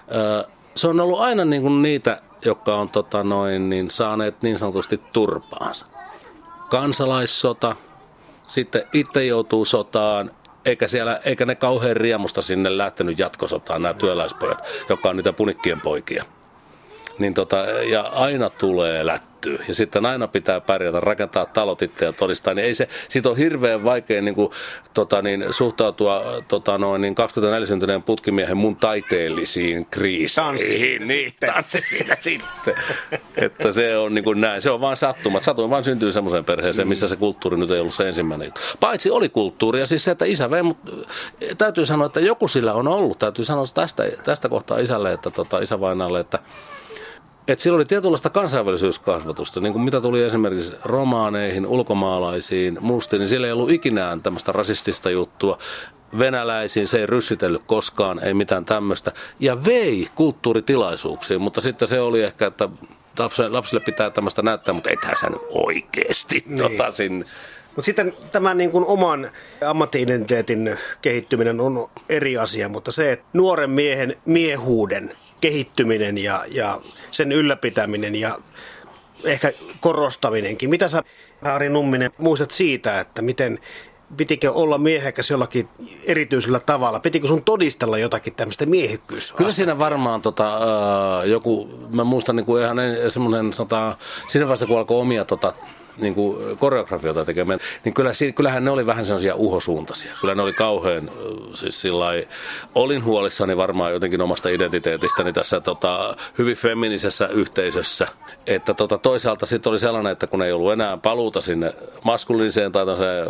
Se on ollut aina niin kuin niitä, jotka on tota noin, niin saaneet niin sanotusti turpaansa. Kansalaissota, sitten itse joutuu sotaan, eikä, siellä, eikä ne kauhean riemusta sinne lähtenyt jatkosotaan, nämä työläispojat, jotka on niitä punikkien poikia. Niin tota, ja aina tulee lättyä. Ja sitten aina pitää pärjätä, rakentaa talot itse ja todistaa. Niin ei se, siitä on hirveän vaikea niin kuin, tota, niin, suhtautua tota, noin, niin kaksikymmentäneljä syntyneen putkimiehen mun taiteellisiin kriiseihin. Niin, tanssi siinä sitten. Että se on niin kuin näin. Se on vaan sattuma. Satuin vaan syntyy semmoiseen perheeseen, missä se kulttuuri nyt ei ollut se ensimmäinen. Paitsi oli kulttuuri ja siis se, että isä vei, mutta täytyy sanoa, että joku sillä on ollut. Täytyy sanoa tästä, tästä kohtaa isälle, että tota, isävainalle, että Että sillä oli tietynlaista kansainvälisyyskasvatusta, niin kuin mitä tuli esimerkiksi romaaneihin, ulkomaalaisiin, mustiin, niin sillä ei ollut ikinään tämmöistä rasistista juttua. Venäläisiin se ei ryssytellyt koskaan, ei mitään tämmöistä. Ja vei kulttuuritilaisuuksiin, mutta sitten se oli ehkä, että lapsille pitää tämmöistä näyttää, mutta ethän sä nyt oikeasti niin. tota sinne. Mutta sitten tämän niin kuin oman ammatti-identiteetin kehittyminen on eri asia, mutta se, että nuoren miehen miehuuden kehittyminen ja, ja sen ylläpitäminen ja ehkä korostaminenkin. Mitä sä, Ari Numminen, muistat siitä, että miten pitikö olla miehekäs jollakin erityisellä tavalla? Pitikö sun todistella jotakin tämmöistä miehekkyysasiaa? Kyllä siinä varmaan tota, uh, joku, mä muistan niin kuin ihan semmoinen, sota, siinä vaiheessa kun alkoi omia tota, niin kuin koreografioita tekemään, niin kyllä, kyllähän ne oli vähän sellaisia uhosuuntaisia. Kyllä ne oli kauhean, siis sillai, olin huolissani varmaan jotenkin omasta identiteetistäni tässä tota, hyvin feminisessä yhteisössä. Että tota, toisaalta sitten oli sellainen, että kun ei ollut enää paluuta sinne maskuliiniseen tai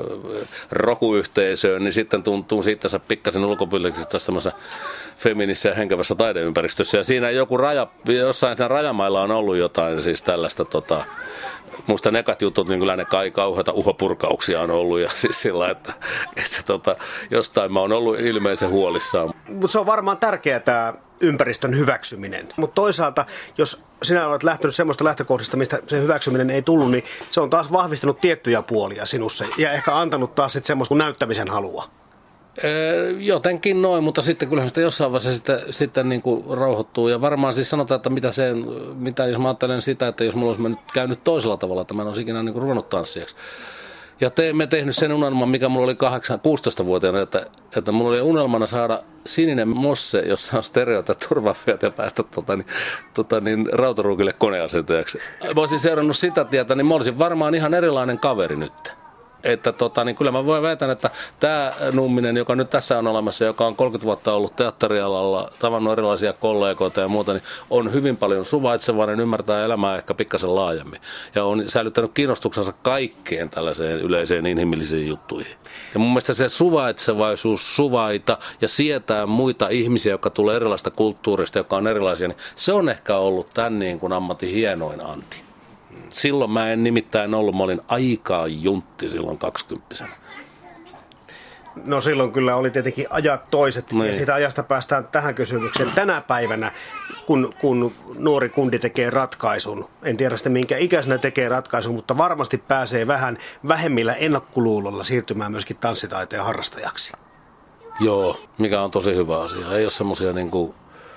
rokuyhteisöön, niin sitten tuntuu siitä pikkasen ulkopuoliseksi tässä semmoisessa feministisessä ja henkevässä taideympäristössä. Ja siinä joku raja, jossain siinä rajamailla on ollut jotain siis tällaista tota, musta nekat jutut, niin kyllä ne kai kauheita uhopurkauksia on ollut ja siis sillä, että, että tota, jostain mä oon ollut ilmeisen huolissaan. Mutta se on varmaan tärkeää tämä ympäristön hyväksyminen. Mutta toisaalta, jos sinä olet lähtenyt semmoista lähtökohdista, mistä se hyväksyminen ei tullut, niin se on taas vahvistanut tiettyjä puolia sinussa ja ehkä antanut taas sitten semmoista näyttämisen halua. Jotenkin noin, mutta sitten kyllähän sitä jossain vaiheessa sitten, sitten niin kuin rauhoittuu. Ja varmaan siis sanotaan, että mitä, se, mitä jos mä ajattelen sitä, että jos mulla olisi mennyt käynyt toisella tavalla, että mä en olisi ikinä niin kuin ruvennut tanssijaksi. Ja teemme tehnyt sen unelman, mikä mulla oli kahdeksan, kuusitoistavuotiaana, että, että mulla oli unelmana saada sininen mosse, jossa on stereot ja turvavyöt ja päästä tota, niin, tota, niin, rautaruukille koneasentajaksi. Mä olisin seurannut sitä tietä, niin mä olisin varmaan ihan erilainen kaveri nyt. Että tota, niin kyllä mä voin väitän, että tämä Numminen, joka nyt tässä on olemassa, joka on kolmekymmentä vuotta ollut teatterialalla, tavannut erilaisia kollegoita ja muuta, niin on hyvin paljon suvaitsevainen, ymmärtää elämää ehkä pikkasen laajemmin. Ja on säilyttänyt kiinnostuksensa kaikkeen tällaiseen yleiseen inhimillisiin juttuihin. Ja mun mielestä se suvaitsevaisuus, suvaita ja sietää muita ihmisiä, jotka tulee erilaista kulttuurista, joka on erilaisia, niin se on ehkä ollut tämän niin kuin ammatin hienoin anti. Silloin mä en nimittäin ollut, mä olin aikaa juntti silloin kaksikymppisenä. No silloin kyllä oli tietenkin ajat toiset niin. Ja siitä ajasta päästään tähän kysymykseen. Tänä päivänä, kun, kun nuori kundi tekee ratkaisun, en tiedä sitten minkä ikäisenä tekee ratkaisun, mutta varmasti pääsee vähän vähemmillä ennakkoluulolla siirtymään myöskin tanssitaiteen harrastajaksi. Joo, mikä on tosi hyvä asia. Ei ole semmoisia niin kuin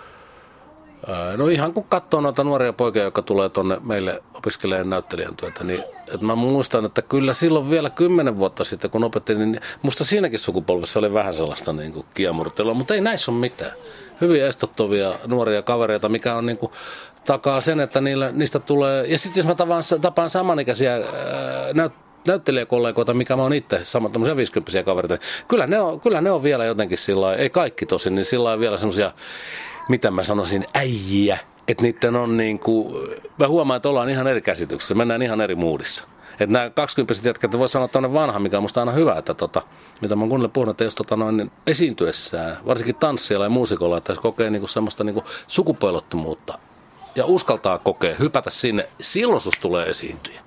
no ihan kun katsoo noita nuoria poikia, jotka tulee tuonne meille opiskelemaan näyttelijän työtä, niin että mä muistan, että kyllä silloin vielä kymmenen vuotta sitten, kun opettelin, niin musta siinäkin sukupolvessa oli vähän sellaista niin kuin kiemurtelua, mutta ei näissä ole mitään. Hyvin estottavia nuoria kavereita, mikä on niin kuin takaa sen, että niillä, niistä tulee, ja sitten jos mä tapaan, tapaan samanikäisiä ää, näyt, näyttelijäkollegoita, mikä mä oon itse, samat tämmöisiä viisikymppisiä kavereita, kyllä ne on, kyllä ne on vielä jotenkin sillä lailla, ei kaikki tosin, niin sillä lailla vielä semmoisia, mitä mä sanoisin, äijiä, että niiden on niin kuin, mä huomaan, että ollaan ihan eri käsityksessä, mennään ihan eri moodissa. Että nämä kaksikymppiset jätkät, voi sanoa tämmöinen vanha, mikä on musta aina hyvä, että tota, mitä mä oon kuunnellut puhunut, että jos tota noin esiintyessään, varsinkin tanssijalla ja muusikolla, että jos kokee niin kuin semmoista niin kuin sukupuolottomuutta ja uskaltaa kokea, hypätä sinne, silloin susta tulee esiintyjä.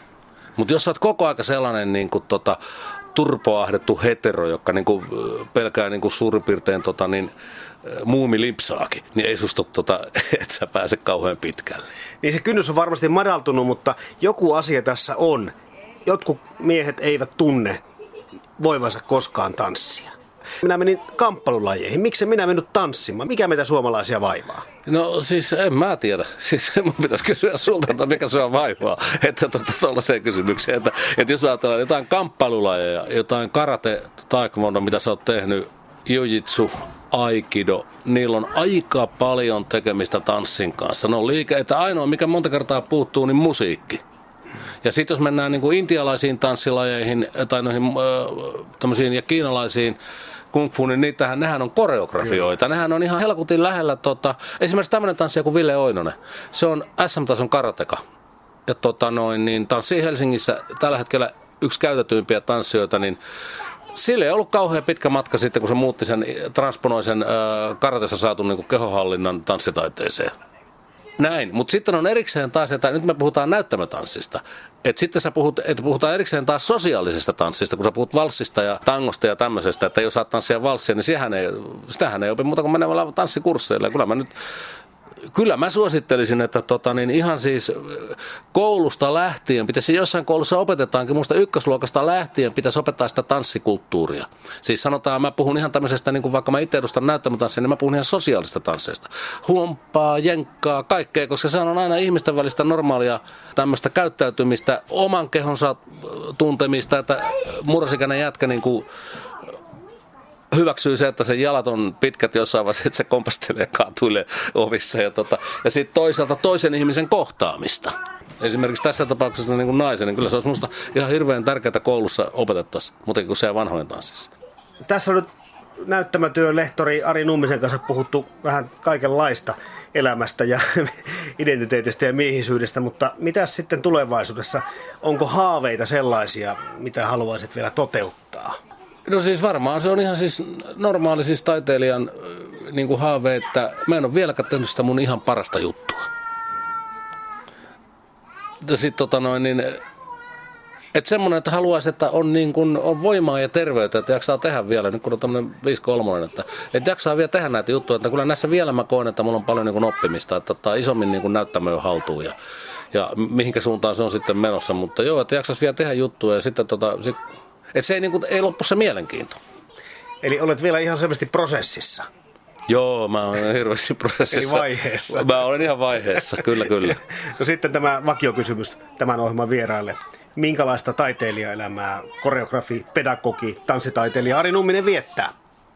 Mutta jos sä oot koko aika sellainen niin kuin tota, turpoahdettu hetero, joka niin kuin pelkää niin kuin suurin piirtein tota, niin, muumi limpsaakin, niin ei susta tota, et sä pääse kauhean pitkälle. Niin se kynnys on varmasti madaltunut, mutta joku asia tässä on. Jotkut miehet eivät tunne voivansa koskaan tanssia. Minä menin kamppailulajeihin. Miksi minä mennyt tanssimaan? Mikä meitä suomalaisia vaivaa? No siis en mä tiedä. Siis mun pitäisi kysyä sulta, että mikä sua vaivaa. Että tuollaiseen kysymykseen. Että, että jos ajatellaan jotain kamppailulajeja, jotain karate, taekwondo, mitä sä oot tehnyt, jiu-jitsu, aikido, niillä on aika paljon tekemistä tanssin kanssa. No liike, että ainoa mikä monta kertaa puuttuu, niin musiikki. Ja sitten jos mennään niin kuin intialaisiin tanssilajeihin tai noihin äh, tämmöisiin ja kiinalaisiin kung fu, niin niitähän, nehän on koreografioita. Kyllä. Nehän on ihan helkutin lähellä, tota, esimerkiksi tämmöinen tanssija kuin Ville Oinonen. Se on S M-tason karateka. Ja tota noin, niin tanssii Helsingissä tällä hetkellä yksi käytetyimpiä tanssijoita, niin sillä ei ollut kauhean pitkä matka sitten, kun se muutti sen, transponoi sen äh, karatessa saatu niin kuin kehohallinnan tanssitaiteeseen. Näin, mutta sitten on erikseen taas, että nyt me puhutaan näyttämötanssista. Että sitten sä puhut, että puhutaan erikseen taas sosiaalisesta tanssista, kun sä puhut valssista ja tangosta ja tämmöisestä, että jos saat tanssia valssia, niin sehän ei, sitähän ei opi muuta kuin menemällä tanssikursseille. Kyllä mä nyt Kyllä mä suosittelisin, että tota, niin ihan siis koulusta lähtien, pitäisi jossain koulussa opetetaankin, muista ykkösluokasta lähtien pitäisi opettaa sitä tanssikulttuuria. Siis sanotaan, mä puhun ihan tämmöisestä, niin kuin vaikka mä itse edustan näyttämötanssia, niin mä puhun ihan sosiaalista tansseista. Humppaa, jenkkaa, kaikkea, koska se on aina ihmisten välistä normaalia tämmöistä käyttäytymistä, oman kehonsa tuntemista, että murrosikäinen jätkä niin kuin hyväksyy se, että sen jalat on pitkät jossain vaiheessa, että se kompastelee ja kaatuilee ovissa. Ja, tota, ja sitten toisaalta toisen ihmisen kohtaamista. Esimerkiksi tässä tapauksessa niin kuin naisen, niin kyllä se olisi minusta ihan hirveän tärkeää koulussa opetettaisiin, muutenkin kuin se vanhojen tanssissa. Tässä on nyt näyttämätyön lehtori Ari Nummisen kanssa puhuttu vähän kaikenlaista elämästä ja identiteetistä ja miehisyydestä, mutta mitä sitten tulevaisuudessa? Onko haaveita sellaisia, mitä haluaisit vielä toteuttaa? No siis varmaan se on ihan siis normaali siis taiteilijan niin kuin haave, että mä en ole vieläkään tehnyt sitä mun ihan parasta juttua. Ja sit tota noin niin, että semmoinen, että haluaisi, että on niin kuin on voimaa ja terveyttä, että jaksaa tehdä vielä, nyt kun on tämmöinen viisi kolme, että, että jaksaa vielä tehdä näitä juttuja, että kyllä näissä vielä mä koen, että mulla on paljon niin kuin oppimista, että ottaa isommin niin kuin näyttämöön haltuun ja, ja mihinkä suuntaan se on sitten menossa, mutta joo, että jaksaisi vielä tehdä juttuja ja sitten tota, sit, että se ei, niin kuin, ei loppu se mielenkiinto. Eli olet vielä ihan selvästi prosessissa. Joo, mä olen hirveästi prosessissa. Eli vaiheessa. Mä olen ihan vaiheessa, kyllä, kyllä. No sitten tämä vakiokysymys tämän ohjelman vieraille. Minkälaista taiteilijaelämää koreografi, pedagogi, tanssitaiteilija Ari Numminen viettää?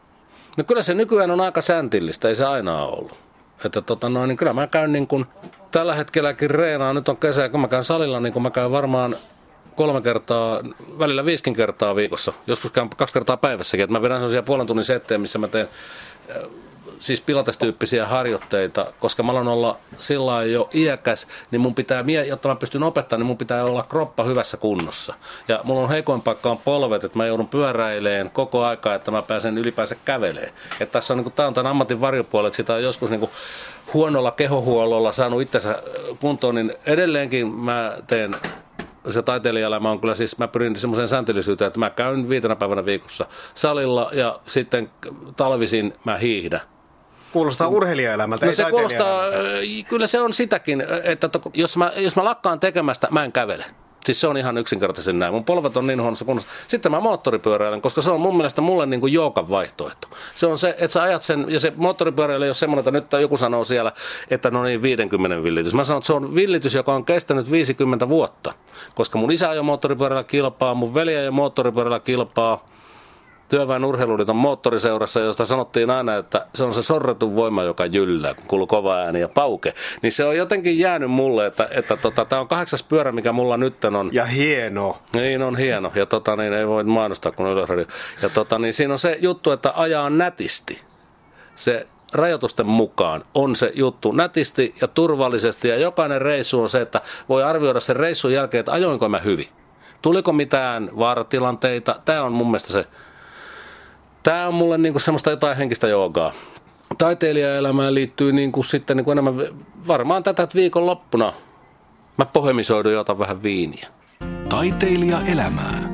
No kyllä se nykyään on aika säntillistä, ei se aina ole ollut. Että tota noin, niin kyllä mä käyn niin kuin tällä hetkelläkin reenaan, nyt on kesä, kun mä käyn salilla, niin kuin mä käyn varmaan kolme kertaa, välillä viisikin kertaa viikossa. Joskus käyn kaksi kertaa päivässäkin. Että mä vedän sellaisia puolen tunnin settejä, missä mä teen äh, siis pilates-tyyppisiä harjoitteita. Koska mä aloin olla sillä lailla jo iäkäs, niin mun pitää, jotta mä pystyn opettamaan, niin mun pitää olla kroppa hyvässä kunnossa. Ja mulla on heikoin paikka on polvet, että mä joudun pyöräileen koko aikaa, että mä pääsen ylipäänsä kävelemään. Että tässä on, niin kuin, tää on tämän ammatin varjopuoli, että sitä on joskus niin kuin huonolla kehohuollolla saanut itsensä kuntoon, niin edelleenkin mä teen. Se taiteilijaelämä on kyllä siis, mä pyrin semmoiseen sääntellisyyteen, että mä käyn viitenä päivänä viikossa salilla ja sitten talvisin mä hiihdän. Kuulostaa urheilijaelämältä, no ei se kuulostaa, taiteilijaelämältä. kyllä se on sitäkin, että jos mä, jos mä lakkaan tekemästä, mä en kävele. Siis se on ihan yksinkertaisen näin. Mun polvet on niin huonossa kunnossa. Sitten mä moottoripyöräilen, koska se on mun mielestä mulle niin kuin joogan vaihtoehto. Se on se, että sä ajat sen, ja se moottoripyöräily ei ole semmoinen, että nyt joku sanoo siellä, että no niin viidenkymmenen villitys. Mä sanon, että se on villitys, joka on kestänyt viisikymmentä vuotta. Koska mun isä ajoi moottoripyörällä kilpaa, mun veli ajoi moottoripyörällä kilpaa. Työväen Urheiluliiton moottoriseurassa, josta sanottiin aina, että se on se sorretun voima, joka jyllää, kun kuuluu kova ääni ja pauke. Niin se on jotenkin jäänyt mulle, että, että tota, tämä on kahdeksas pyörä, mikä mulla nyt on. Ja hieno. Niin on hieno. Ja tota, niin ei voi mainostaa, kun on Yleisradio. Ja tota, niin siinä on se juttu, että ajaa nätisti. Se rajoitusten mukaan on se juttu nätisti ja turvallisesti. Ja jokainen reissu on se, että voi arvioida sen reissun jälkeen, että ajoinko mä hyvin. Tuliko mitään vaaratilanteita. Tämä on mun mielestä se. Tämä on mulle niinku semmoista jotain henkistä joogaa. Taiteilijaelämään liittyy niinku sitten niinku enemmän varmaan tätä viikonloppuna. Mä pohemisoidun ja otan vähän viiniä. Taiteilijaelämää.